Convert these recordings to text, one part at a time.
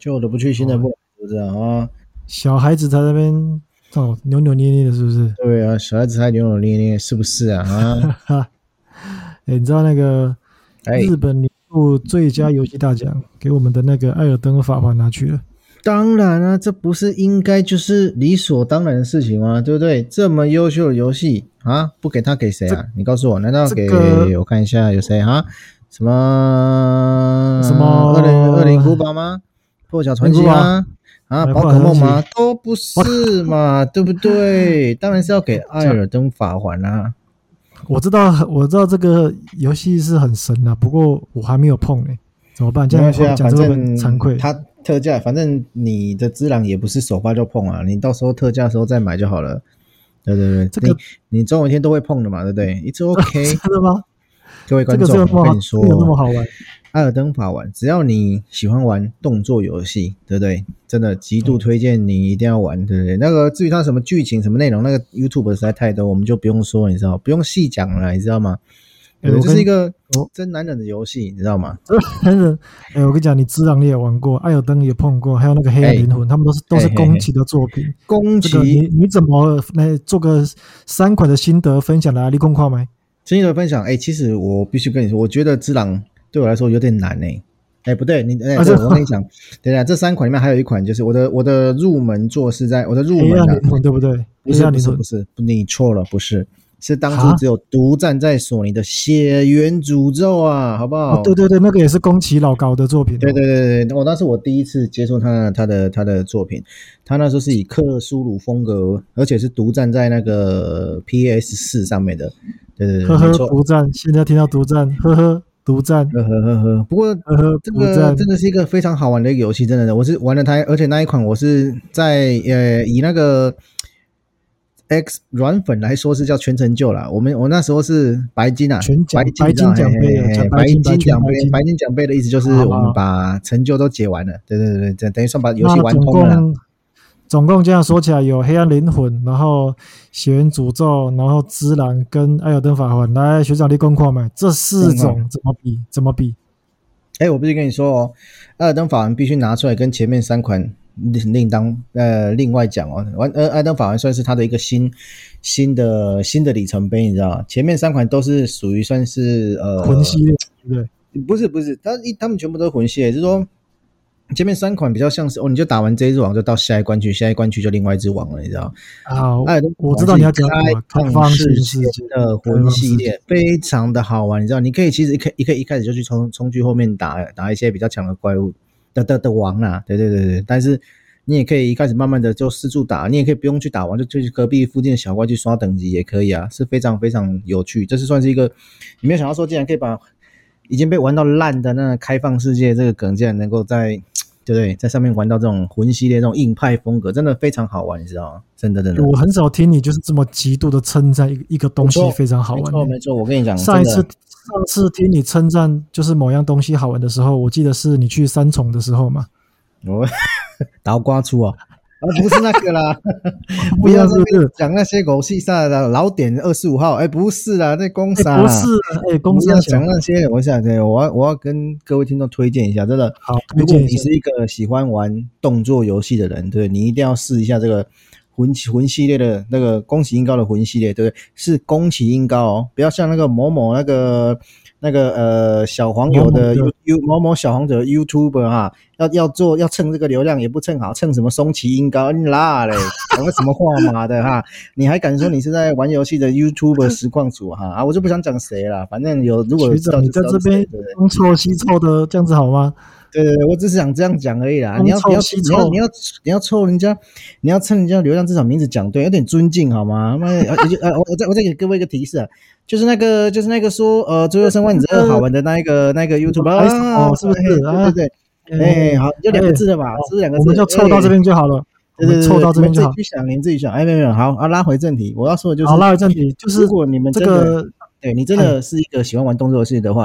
旧的不去，新的不来，是不是啊？ 小孩子在那边扭扭捏捏的，是不是？ 对啊，小孩子还扭扭捏捏，是不是啊？ 你知道那个日本年度最佳游戏大奖给我们的那个《艾尔登法环》拿去了。 当然啊，这不是应该就是理所当然的事情吗？对不对？这么优秀的游戏啊，不给他给谁啊？你告诉我，难道给、我看一下有谁啊？什么恶灵古堡吗？破晓传奇吗？啊，宝可梦吗？都不是嘛，对不对？当然是要给艾尔登法环啊。 我知道这个游戏是很神啊，不过我还没有碰呢，怎么办？这样讲这个惭愧。 它特价，反正你的只狼也不是首发就碰啊，你到时候特价的时候再买就好了。对对对， 这个你总有一天都会碰的嘛，对不对 ？It's OK。 真的吗？ 各位观众，我跟你说， 有那么好玩？ 艾尔登法环，只要你喜欢玩动作游戏，对不对？真的极度推荐你一定要玩，对不对？那个至于它什么剧情、什么内容，那个 YouTube 实在太多，我们就不用说，你知道，不用细讲了，你知道吗？这是一个真男人的游戏，你知道吗？ 男人，我跟你讲，你只狼你也玩过，艾尔登也碰过，还有那个黑暗灵魂，他们都是宫崎的作品。 宫崎， 你怎么来做个3款的心得分享来？你公话吗？ 心得分享，其实我必须跟你说，我觉得只狼对我来说有点难不对，我跟你讲，等一下，这3款里面还有一款，就是我的入门作是在我的入门黑暗灵魂，对不对？ 不是，你错了，不是。是当初只有独占在索尼的血缘诅咒啊，好不好？ 对对对，那个也是宫崎老高的作品。 对对对对，那是我第一次接触他的作品，他那时候是以克苏鲁风格，而且是独占在那个 PS4 上面的。对对对， 呵呵，独占，现在听到独占，呵呵，独占， 呵呵呵呵。不过这个真的是一个非常好玩的一个游戏，真的，我是玩了它，而且那一款我是在以那个。X 软粉来说是叫全成就啦，我那时候是白金啊， 白金奖杯， 白金奖杯的意思就是我们把成就都解完了，对对对，等于算把游戏玩通了。 总共这样说起来，有黑暗灵魂，然后血缘诅咒，然后只狼跟艾尔登法环。来，学长你公看嘛，这4种怎么比？ 我必须跟你说哦，艾尔登法环必须拿出来跟前面3款。另外讲哦，艾尔登法环算是它的一个新的里程碑，你知道吗？前面3款都是属于算是魂系列，对不对？不是，他们全部都是魂系列，就是说前面3款比较像是你就打完这一只网就到下一关去，下一关去就另外一只网了，你知道吗？ 我知道你要讲开放世界的魂系列非常的好玩，你知道，你可以其实一开始就去冲去后面打一些比较强的怪物。的王啊，对对对对，但是你也可以一开始慢慢的就四处打，你也可以不用去打王，就去隔壁附近的小怪去刷等级也可以啊，是非常非常有趣。这是算是一个你没有想到说，竟然可以把已经被玩到烂的那个开放世界这个梗，竟然能够对不对，在上面玩到这种魂系列这种硬派风格，真的非常好玩，你知道吗？真的。 我很少听你就是这么极度的称赞一个东西非常好玩。 没错，我跟你讲， 上次听你称赞就是某样东西好玩的时候，我记得是你去三重的时候嘛。 倒刮出啊，不是那个啦，不要讲那些狗屁啥的老点25号，不是啦，那公司不是，公司讲那些，我要跟各位听众推荐一下，真的， 好， 如果你是一个喜欢玩动作游戏的人，对，你一定要试一下这个。魂系列的那个宫崎英高的魂系列，对不对？是宫崎英高哦，不要像那个某某那个小黄油的某某小黄者 YouTuber 哈，要蹭这个流量也不蹭好，蹭什么松崎英高你拉嘞，讲个什么话嘛的哈？你还敢说你是在玩游戏的 YouTuber 实况组哈？我就不想讲谁啦，反正如果知道你在这边东凑西凑的这样子好吗？ 对，我只是想这样讲而已啦。你要凑人家，你要蹭人家流量，至少名字讲对，有点尊敬好吗？我再给各位一个提示啊，就是那个说最后生还者2好玩的那个 YouTube 啊，是不是？对，好，就2个字的吧，是不是2个字？ 我们就凑到这边就好了。 对， 凑到这边就好。 您自己想，没有，好，拉回正题。我要说的就是， 好，拉回正题，就是如果你们真的，对你真的是一个喜欢玩动作游戏的话。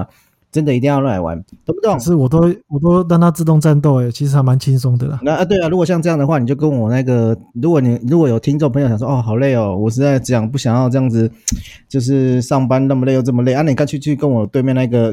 真的一定要来玩，懂不懂？ 可是我都让它自动战斗，其实还蛮轻松的啦。 那对啊，如果像这样的话，你就跟我那个，如果有听众朋友想说，哦，好累哦，我实在不想要这样子，就是上班那么累又这么累啊，你干脆去跟我对面那个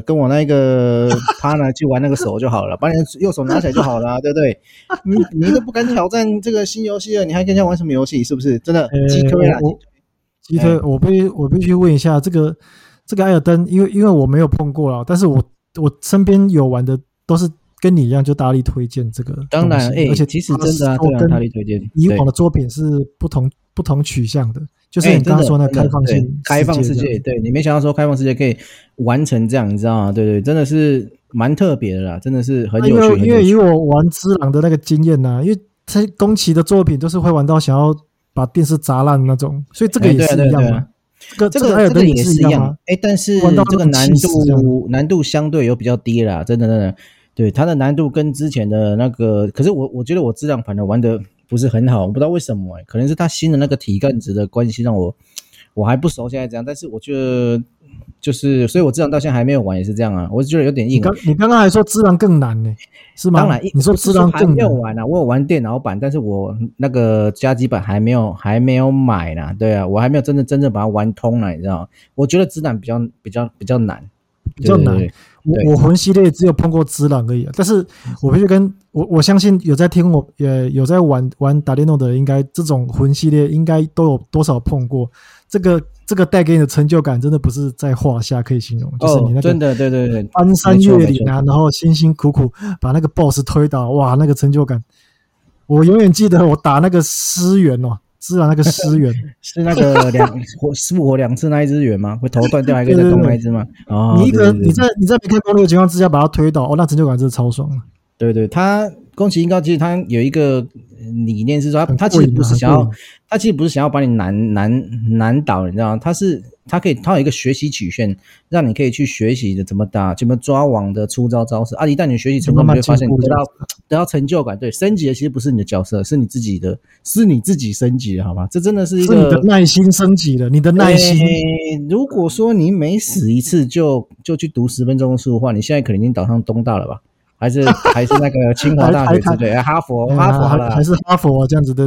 partner 去玩那个手就好了，把你的右手拿起来就好了，对不对？你都不敢挑战这个新游戏了，你还跟人家玩什么游戏？是不是？真的击推啦， 击推，我必须问一下这个艾尔登，因为我没有碰过啦，但是我身边有玩的都是跟你一样，就大力推荐这个东西。 当然，而且其实真的对啊，大力推荐。 以往的作品是不同取向的，就是你刚刚说的开放世界， 对，你没想到说开放世界可以完成这样，你知道吗？对对，真的是蛮特别的啦，真的是很有趣。 因为以我玩只狼的那个经验呐，因为他宫崎的作品都是会玩到想要把电视砸烂那种，所以这个也是一样嘛。这个也是一样，但是这个难度相对有比较低啦，真的，对，它的难度跟之前的那个，可是我觉得我质量反而玩的不是很好，我不知道为什么可能是它新的那个体感值的关系，让我还不熟现在这样，但是我觉得就是，所以我质量到现在还没有玩也是这样啊，我是觉得有点硬。 你刚刚还说质量更难呢，是吗？ 当然， 你说质量更难， 没有玩啊，我有玩电脑版，但是我那个加机版还没有买啦，对啊，我还没有真正把它玩通了，你知道吗？我觉得质量比较难， 比较难。我魂系列只有碰过只狼而已，但是我必须我相信有在听我有在玩打电动的，应该这种魂系列应该都有多少碰过。这个带给你的成就感真的不是在话下可以形容，就是你那个真的对， 翻山越岭啊，然后辛辛苦苦把那个 BOSS 推倒，哇，那个成就感，我永远记得我打那个狮猿哦。是啊，那个狮猿是那个复活2次那一只猿吗？会头断掉还可以再动那一只吗？哦， 你在没看攻略的情况之下把它推倒，那成就感真的超爽。对， 他宫崎英高其实他有一个理念是说，他其实不是想要把你难倒，你知道吗？他有一个学习曲线，让你可以去学习的怎么打，怎么抓网的出招式啊。一旦你学习成功，你就会发现得到成就感。对，升级的其实不是你的角色，是你自己升级的，好吗？这真的是一个你的耐心升级了，你的耐心。 如果说你每死一次就去读10分钟的书的话，你现在可能已经倒上东大了吧？还是那个清华大学之类，哈佛好了， 还是哈佛这样子，对。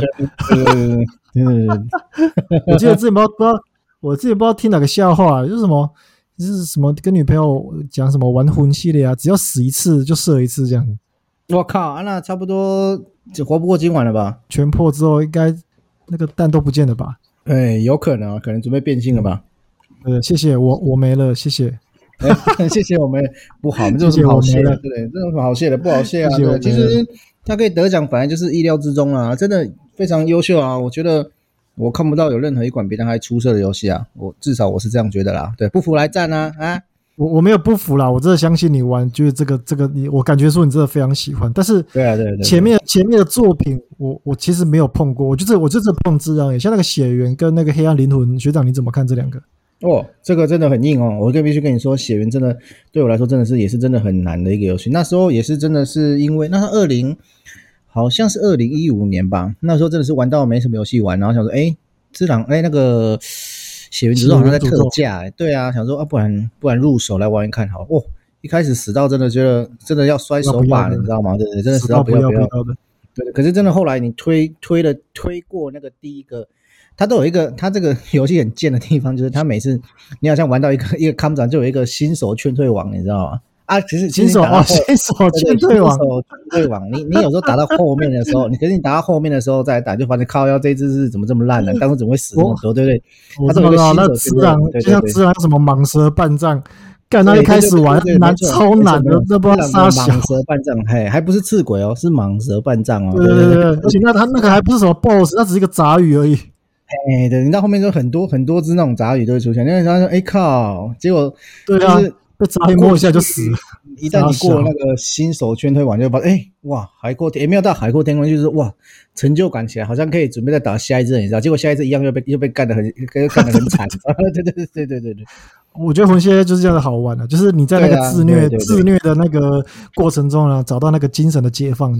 我记得之前我之前不知道听哪个笑话，就是什么跟女朋友讲什么玩魂系列啊，只要死一次就射一次这样。 我靠，那差不多就活不过今晚了吧？ 全破之后应该那个蛋都不见了吧？ 有可能准备变性了吧？ 谢谢我没了，谢谢。 谢谢我们不好，这种好谢的，对，这种好谢的不好谢啊。对，其实他可以得奖，本来就是意料之中啊，真的非常优秀啊。我觉得我看不到有任何一款比他还出色的游戏啊，至少我是这样觉得啦。对，不服来战啊！ 我没有不服啦，我真的相信你玩，就是这个我感觉说你真的非常喜欢。但是对， 前面的作品我其实没有碰过，我就是碰质量，像那个血缘跟那个黑暗灵魂，学长你怎么看这两个？ 这个真的很硬哦！我必须跟你说，血缘真的对我来说真的也是真的很难的一个游戏。那时候也是真的是因为那好像是2015年吧，那时候真的是玩到没什么游戏玩，然后想说，只狼那个血缘之咒好像在特价，对啊，想说不然入手来玩一看好。一开始死到真的觉得真的要摔手把了，你知道吗？对，真的死到不要的。对，可是真的后来你推过那个第一个。它都有一个，它这个游戏很贱的地方，就是它每次你好像玩到一个康展就有一个新手劝退网，你知道吗？其实新手劝退网， 你有时候打到后面的时候，可是你打到后面的时候再打，就发现靠腰这只是怎么这么烂呢？当初怎么会死那么多，对不对？ 我知道那只狼就像只狼什么蟒蛇半藏，干他一开始玩难超难的，这不知道杀小蟒蛇半藏，还不是赤鬼哦，是蟒蛇半藏哦。 对，而且他那个还不是什么 BOSS， 那只是一个杂鱼而已。 对，你到后面就很多只那种杂鱼都会出现，因为他说靠，结果对啊，被杂鱼摸一下就死了。 一旦你过了那个新手劝退网，就发现哇，也没有到海阔天空，就是哇，成就感起来，好像可以准备再打下一只，你知道？结果下一只一样又被干得很惨。对。 我觉得魂系列就是这样的好玩的，就是你在那个自虐的那个过程中呢，找到那个精神的解放，这样子。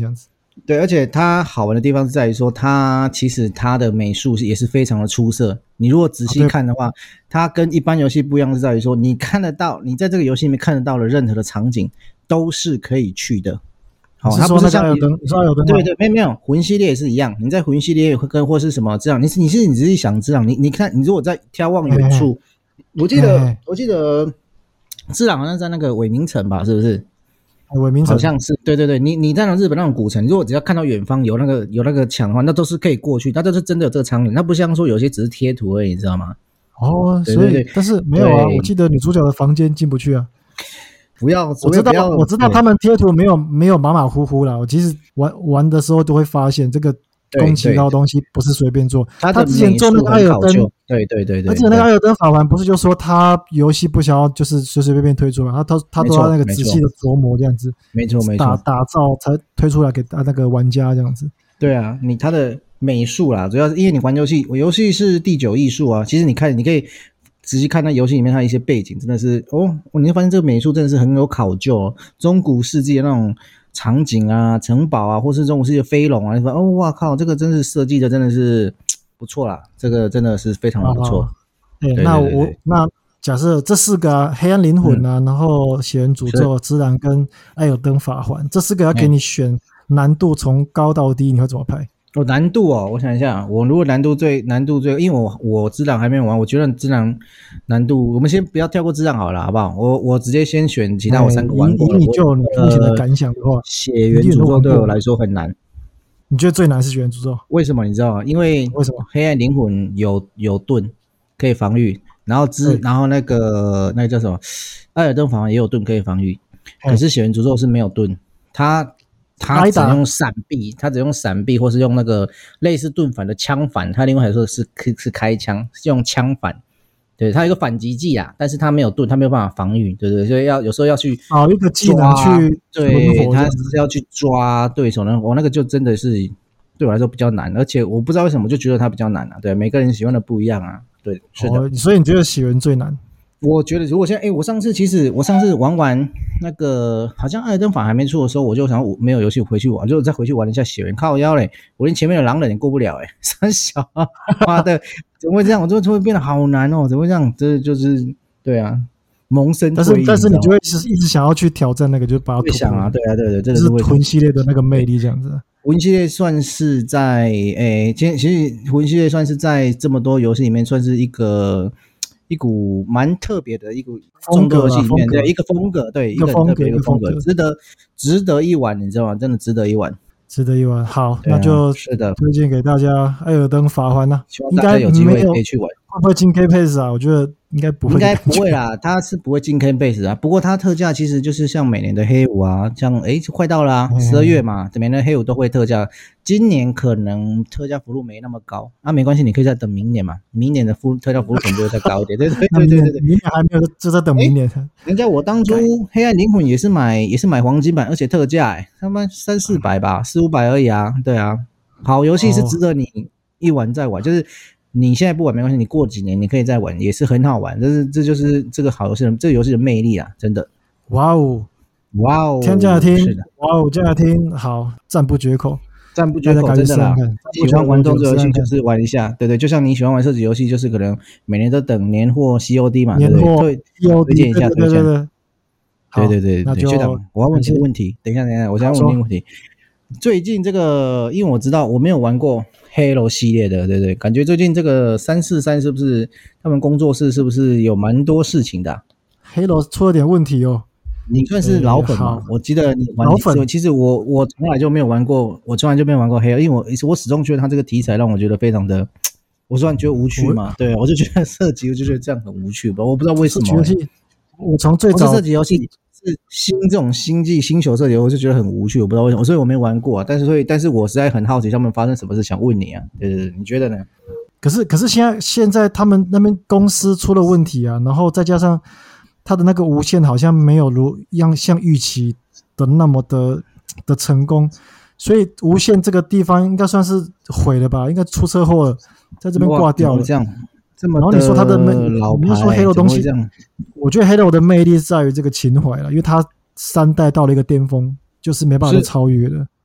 对，而且它好玩的地方是在于说，它其实它的美术也是非常的出色。你如果仔细看的话，它跟一般游戏不一样是在于说，你看得到，你在这个游戏里面看得到的任何的场景都是可以去的。 好，它不是像有灯，你说有灯？ 对对，没有，魂系列也是一样。你在魂系列跟或是什么这样，你仔细想这样，你看，你如果在眺望远处，我记得自然好像在那个伪名城吧，是不是？ 伪名城好像是，对对对，你在那日本那种古城，如果只要看到远方有那个墙的话，那都是可以过去，那都是真的有这个场景，那不像说有些只是贴图而已，你知道吗？ 哦，对对对，所以但是没有啊，我记得女主角的房间进不去啊。 不要， 我知道他们贴图没有马马虎虎啦。我其实玩的时候都会发现这个宫崎高的东西不是随便做。他之前做那个艾尔登， 对， 他之前那个艾尔登法环不是就说他游戏不想要就是随随便便推出来，他都要那个仔细的琢磨这样子， 没错， 打造才推出来给那个玩家这样子。 对啊，他的美术啦，主要是因为你玩游戏，我游戏是第9艺术啊，其实你可以仔细看那游戏里面它一些背景，真的是你会发现这个美术真的是很有考究哦。中古世纪的那种场景啊、城堡啊，或是中古世纪的飞龙啊，你说哇靠，这个真是设计的真的是不错啦，这个真的是非常的不错。 对，那假设这4个啊，黑暗灵魂啊，然后血源诅咒、之蓝跟艾尔登法环，这4个要给你选难度从高到低，你会怎么排？ 难度我想一下，我如果难度最，因为我之狼还没有玩，我觉得之狼难度，我们先不要跳过之狼好了，好不好？我直接先选其他我3个玩过的。 你目前的感想的话， 血源诅咒对我来说很难。 你觉得最难是血源诅咒？ 为什么你知道吗？因为黑暗灵魂有盾可以防御，然后那个叫什么？艾尔登法环也有盾可以防御，可是血源诅咒是没有盾，它只用闪避，或是用那个类似盾反的枪反。它另外来说是开枪，是用枪反。对，它有一个反击技啊，但是它没有盾，它没有办法防御，对对，所以有时候要去找一个技能去， 对，它是要去抓对手呢。那个就真的是对我来说比较难，而且我不知道为什么就觉得它比较难啊。对，每个人喜欢的不一样啊。对，是的。 所以你觉得血源最难？ 我觉得如果现在我上次玩完那个好像艾尔登法还没出的时候，我就想没有游戏回去玩，就再回去玩一下血源，靠腰嘞，我连前面的狼人也过不了三小妈的怎么会这样？我就会变得好难哦，怎么会这样？这就是对啊，萌生退役。 但是你就会一直想要去挑战那个，就把它突破。 想啊，对啊，对，这是魂系列的那个魅力这样子。 魂系列算是在其实魂系列算是在这么多游戏里面算是一股蛮特别的一股中国游戏里面的一个风格，对，一个很特别的一个风格，值得一玩，你知道吗？真的值得一玩， 值得一玩。好，那就是的，推荐给大家《艾尔登法环》啦， 希望大家有机会可以去玩。 会不会进 K Pace 啊？我觉得应该不会， 啦，它是不会进 K Pace 啊。不过它特价其实就是像每年的黑五啊，像快到了12月嘛，每年的黑五都会特价。今年可能特价幅度没那么高，没关系，你可以再等明年嘛，明年的特价幅度可能就会再高一点。对， 明年还没有，就在等明年。 人家我当初黑暗灵魂也是买黄金版，而且特价他们300-400吧，400-500而已啊。对啊，好游戏是值得你一玩再玩，就是你现在不玩没关系，你过几年你可以再玩，也是很好玩。这就是这个好游戏这个游戏的魅力啊，真的。 哇哦，听这样听，哇哦，这样听好，赞不绝口， 真的啦。喜欢玩动作游戏就是玩一下，对，就像你喜欢玩射击游戏，就是可能每年都等年货 COD 嘛，对不对？推荐一下，对。学长，我要问你个问题，等一下，我想问你个问题。最近这个，因为我知道我没有玩过 Halo 系列的，对不对？感觉最近这个343是不是他们工作室是不是有蛮多事情的 ？Halo 出了点问题哦。 你算是老粉嘛？我记得你玩老粉。 其实我从来就没有玩过，Halo，因为我始终觉得它这个题材让我觉得非常的，我虽然觉得无趣嘛，对，我就觉得射击，我就觉得这样很无趣吧，我不知道为什么。 我从最早射击游戏是这种新手射击，我就觉得很无趣，我不知道为什么，所以我没玩过啊。但是我实在很好奇他们发生什么事，想问你啊，对，你觉得呢？ 可是现在他们那边公司出了问题啊，然后再加上他的那个无限好像没有像预期的那么的成功，所以无限这个地方应该算是毁了吧，应该出车祸了，在这边挂掉了。然后你说他的你说 Halo 东西，我觉得 Halo 的魅力在于这个情怀了，因为他3代到了一个巅峰，就是没办法再超越了。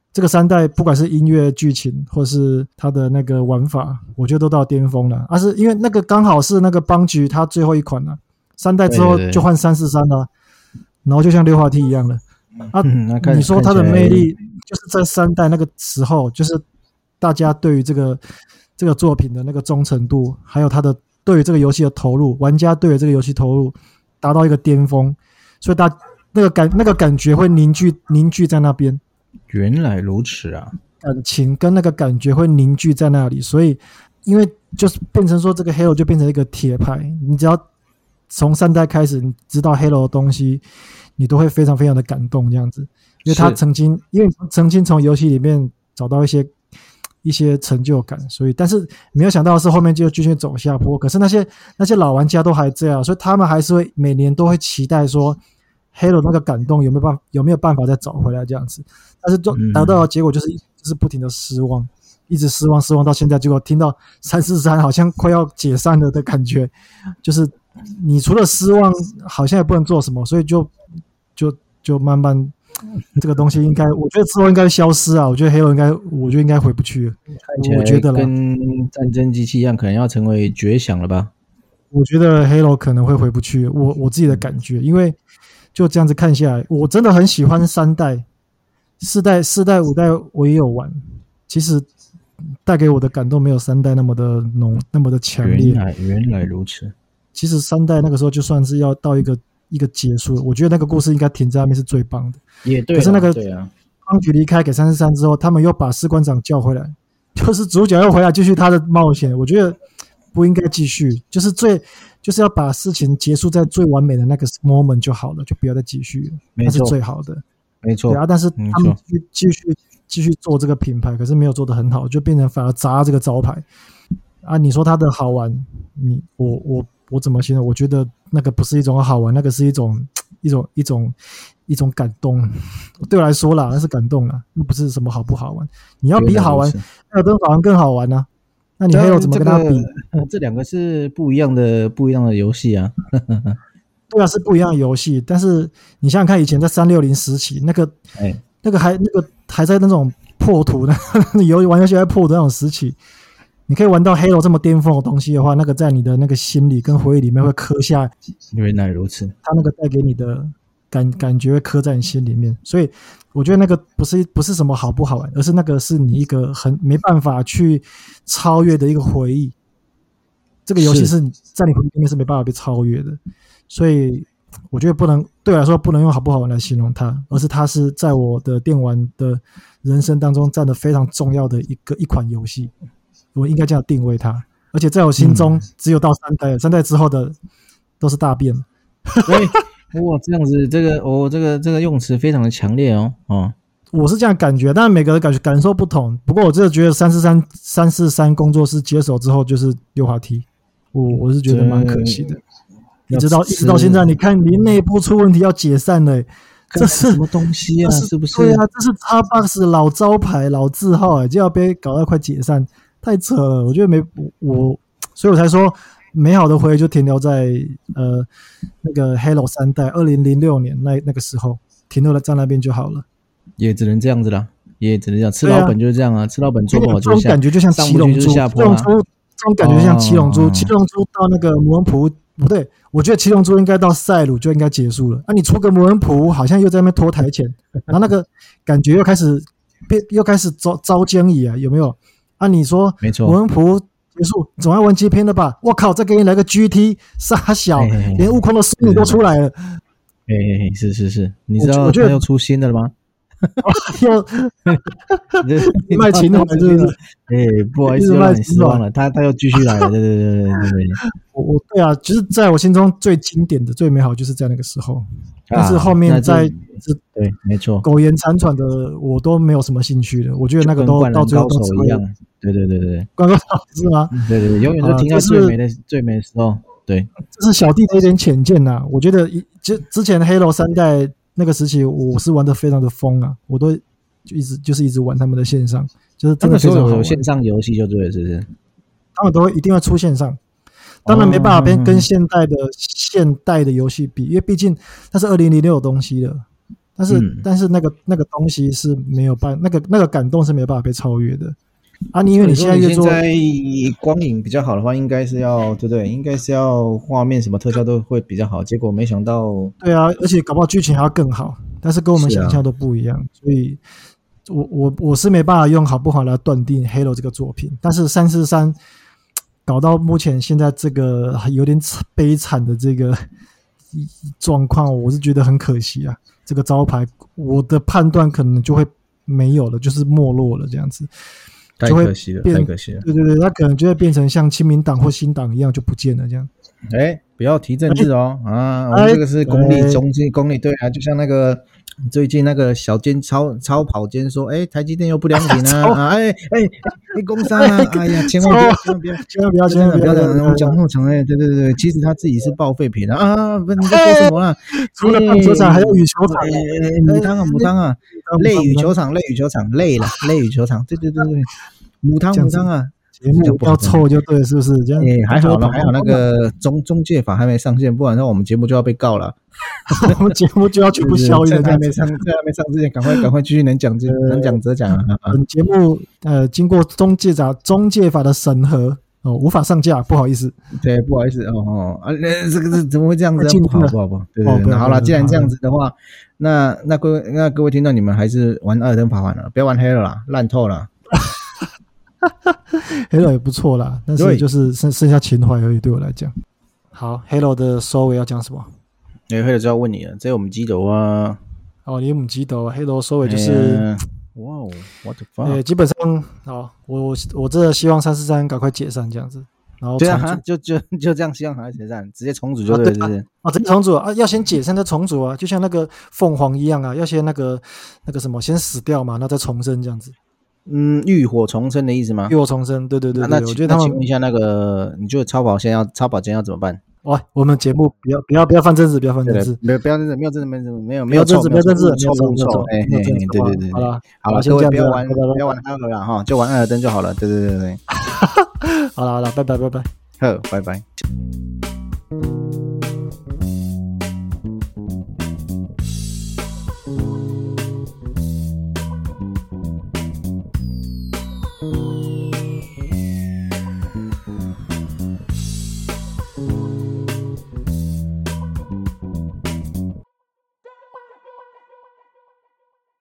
这个3代不管是音乐、剧情，或是它的那个玩法，我觉得都到巅峰了。是因为那个刚好是那个邦局它最后一款了，3代之后就换343了，然后就像溜滑梯一样了。你说它的魅力就是在3代那个时候，就是大家对于这个作品的那个忠诚度，还有他的对于这个游戏的投入，玩家对于这个游戏投入达到一个巅峰，所以那个感觉会凝聚在那边。 原来如此啊！ 感情跟那个感觉会凝聚在那里，所以因为就是变成说这个 Halo 就变成一个铁牌，你只要从3代开始，你知道 Halo 的东西，你都会非常非常的感动这样子，因为他曾经从游戏里面找到一些成就感，所以但是没有想到的是后面就继续走下坡。可是那些老玩家都还这样，所以他们还是会每年都会期待说 Halo 那个感动有没有办法再找回来这样子。但是得到的结果就是不停的失望，一直失望到现在，结果听到343好像快要解散了的感觉，就是你除了失望好像也不能做什么，所以就慢慢这个东西应该，我觉得之后应该消失啊。我觉得 Halo 应该回不去了。 看起来我觉得跟战争机器一样，可能要成为绝响了吧？ 我觉得 Halo 可能会回不去，我自己的感觉，因为就这样子看下来，我真的很喜欢3代、4代、5代，我也有玩。其实带给我的感动没有3代那么的浓，那么的强烈。 原来如此。 其实3代那个时候就算是要到一个结束，我觉得那个故事应该停在那边是最棒的。 也对， 可是那个对啊， 邦局离开给343之后，他们又把士官长叫回来，就是主角又回来继续他的冒险。我觉得不应该继续，就是要把事情结束在最完美的那个 moment 就好了，就不要再继续了，那是最好的。 没错。 对啊，但是他们继续做这个品牌，可是没有做得很好，就变成反而砸这个招牌啊！你说它的好玩，我怎么形容？我觉得那个不是一种好玩，那个是一种感动。对我来说啦，那是感动啦，那不是什么好不好玩。你要比好玩，那跟好玩更好玩啊！那你还有怎么跟他比？ 这两个是不一样的游戏啊。 对啊，是不一样的游戏，但是你想想看，以前在360时期，那个还在那种破图的玩游戏还破图那种时期，你可以玩到 Halo 这么巅峰的东西的话，那个在你的那个心里跟回忆里面会刻下。 原来如此， 它那个带给你的感觉会刻在你心里面，所以我觉得那个不是什么好不好玩，而是那个是你一个很没办法去超越的一个回忆。这个游戏是在你回忆里面是没办法被超越的，所以我觉得对我来说不能用好不好玩来形容它，而是它是在我的电玩的人生当中占得非常重要的一款游戏，我应该这样定位它。而且在我心中只有到3代之后的都是大便。 哇，这样子，这个用词非常的强烈哦。 我是这样感觉，但是每个人感受不同。不过我真的觉得343工作室接手之后就是溜滑梯，我是觉得蛮可惜的。一直到现在，你看连内部出问题要解散了，这是什么东西啊？是不是？ 对啊，这是 Xbox 老招牌、老字号，就要被搞到快解散，太扯了。我觉得所以我才说美好的回忆就停留在那个 Halo 3代2006年那个时候停留在那边就好了。 也只能这样子啦，也只能这样。吃老本就是这样啊，吃老本做不好就这种感觉就像七龙珠，这种感觉就像七龙珠。七龙珠到那个魔人普不对，我觉得七龙珠应该到赛鲁就应该结束了。你出个魔人普好像又在那边拖台前，然后那个感觉又开始招奸矣啊，有没有？你说没错，魔人普结束总要玩街篇了吧？我靠，再给你来个 GT 傻小，连悟空的孙女都出来了。 是，你知道他又出新的了吗？ 卖情怀是不是？ 不好意思，让你失望了。他又继续来了，对。 对啊，就是在我心中最经典的、最美好，就是在那个时候。但是后面对，没错， 苟延残喘的，我都没有什么兴趣了。我觉得那个都到最后都一样。对， 灌篮高手是吗？ 对，永远都停在最美的时候。对， 这是小弟的一点浅见呐。我觉得之前 Halo 3代那个时期，我是玩得非常的疯啊，我都一直玩他们的线上，就是真的非常好玩。 有线上游戏就对了，是不是？ 他们都一定会出线上，当然没办法跟现代的游戏比，因为毕竟它是2006的东西了。 但是那个东西是没有办那个感动是没有办法被超越的啊！因为你现在越做， 现在光影比较好的话，应该是要对不对？应该是要画面什么特效都会比较好，结果没想到， 对啊，而且搞不好剧情还要更好，但是跟我们想象都不一样，所以我是没办法用好不好来断定 Halo 这个作品，但是343搞到目前现在这个有点悲惨的这个状况，我是觉得很可惜啊。这个招牌，我的判断可能就会没有了，就是没落了这样子。 太可惜了，太可惜了。 对对对，它可能就会变成像亲民党或新党一样就不见了这样。 不要提政治哦我们这个是公理公理对啊，就像那个最近那个小尖超跑尖说，台积电又不良品啊，你工商啊，哎呀，千万不要这样，我们讲那么长对对对，其实他自己是报废品啊，不，你在说什么啦？ 除了棒球场还有羽球场， 母汤啊，类羽球场，累了，类羽球场，对对对对，母汤啊。 节目要凑就对，是不是这样？ 还好那个中介法还没上线，不然的话我们节目就要被告了。 我们节目就要全部消音了。 在还没上之前，赶快继续能讲则讲啊！ 本节目经过中介法的审核无法上架，不好意思。 对，不好意思这个是怎么会这样子？不好。对对对，好了，既然这样子的话，那各位听到你们还是玩艾尔登法环了，不要玩黑了啦，烂透了。 Halo 也不错啦，但是就是剩下情怀而已，对我来讲。好 ，Halo 的收尾要讲什么 ？Halo 就要问你了，这我们基斗啊。 你们基斗 Halo 收尾就是哇哦 ，What the fuck？ 基本上好，我这希望343赶快解散这样子，然后对啊，就这样，希望赶快解散，直接重组就对，是不是？ 直接重组啊，要先解散再重组啊，就像那个凤凰一样啊，要先那个什么先死掉嘛，然后再重生这样子。 浴火重生的意思吗？ 浴火重生，对对对。 那我觉得他们请问一下，那个你觉得超跑间要怎么办？ 我们节目不要犯政治，不要犯政治， 不要政治，没有政治，没有政治， 对。好了，各位不要玩艾尔了哈，就玩艾尔登就好了，对。 好了，拜拜， 好，拜拜。